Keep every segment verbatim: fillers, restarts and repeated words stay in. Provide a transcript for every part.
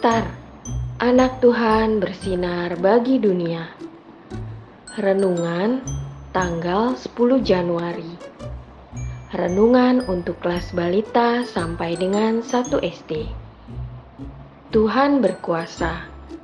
Star, anak Tuhan bersinar bagi dunia. Renungan tanggal sepuluh Januari. Renungan untuk kelas balita sampai dengan satu S D. Tuhan berkuasa.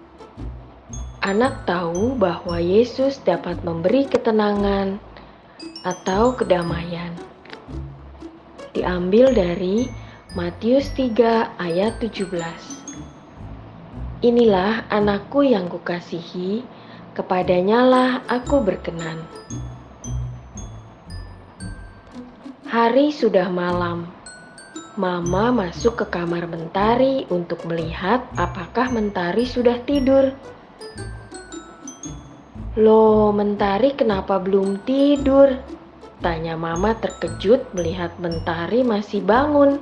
Anak tahu bahwa Yesus dapat memberi ketenangan atau kedamaian. Diambil dari Matius tiga ayat tujuh belas. Inilah anakku yang kukasihi, kepadanya lah aku berkenan. Hari sudah malam. Mama masuk ke kamar Mentari untuk melihat apakah Mentari sudah tidur. Loh, Mentari kenapa belum tidur? Tanya Mama terkejut melihat Mentari masih bangun.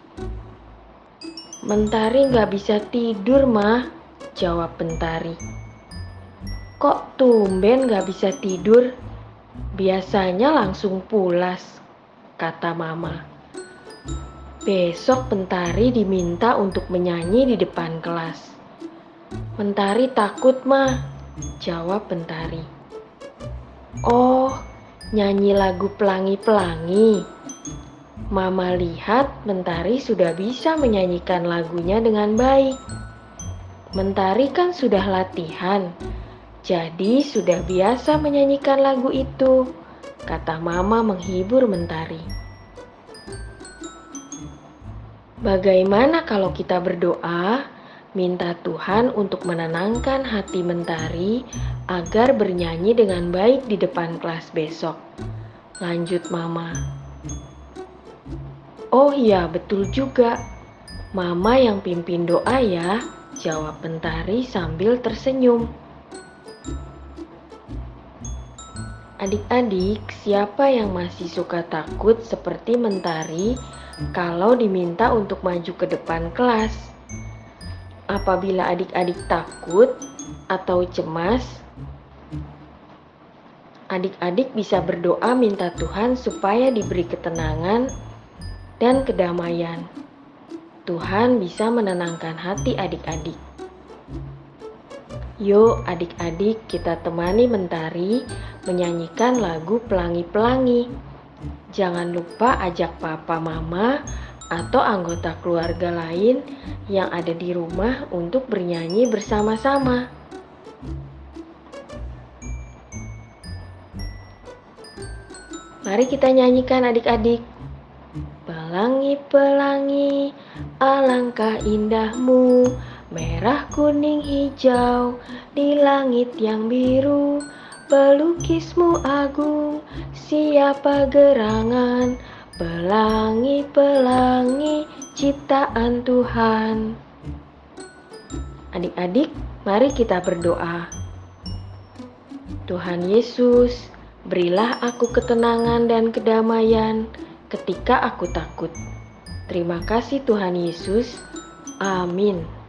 Mentari gak bisa tidur, Mah, jawab Mentari. Kok tumben gak bisa tidur? Biasanya langsung pulas, kata Mama. Besok Mentari diminta untuk menyanyi di depan kelas. Mentari takut, Mah, jawab Mentari. Oh, nyanyi lagu Pelangi-Pelangi. Mama lihat Mentari sudah bisa menyanyikan lagunya dengan baik. Mentari kan sudah latihan, jadi sudah biasa menyanyikan lagu itu, kata Mama menghibur Mentari. Bagaimana kalau kita berdoa, minta Tuhan untuk menenangkan hati Mentari agar bernyanyi dengan baik di depan kelas besok? Lanjut Mama. Oh iya, betul juga. Mama yang pimpin doa ya, jawab Mentari sambil tersenyum. Adik-adik, siapa yang masih suka takut seperti Mentari kalau diminta untuk maju ke depan kelas? Apabila adik-adik takut atau cemas, adik-adik bisa berdoa minta Tuhan supaya diberi ketenangan dan kedamaian. Tuhan bisa menenangkan hati adik-adik. Yuk adik-adik kita temani Mentari menyanyikan lagu Pelangi-Pelangi. Jangan lupa ajak papa mama atau anggota keluarga lain yang ada di rumah untuk bernyanyi bersama-sama. Mari kita nyanyikan adik-adik. Pelangi-pelangi, alangkah indahmu, merah kuning hijau di langit yang biru. Pelukismu agung, siapa gerangan, pelangi-pelangi ciptaan Tuhan. Adik-adik, mari kita berdoa. Tuhan Yesus, berilah aku ketenangan dan kedamaian ketika aku takut. Terima kasih Tuhan Yesus. Amin.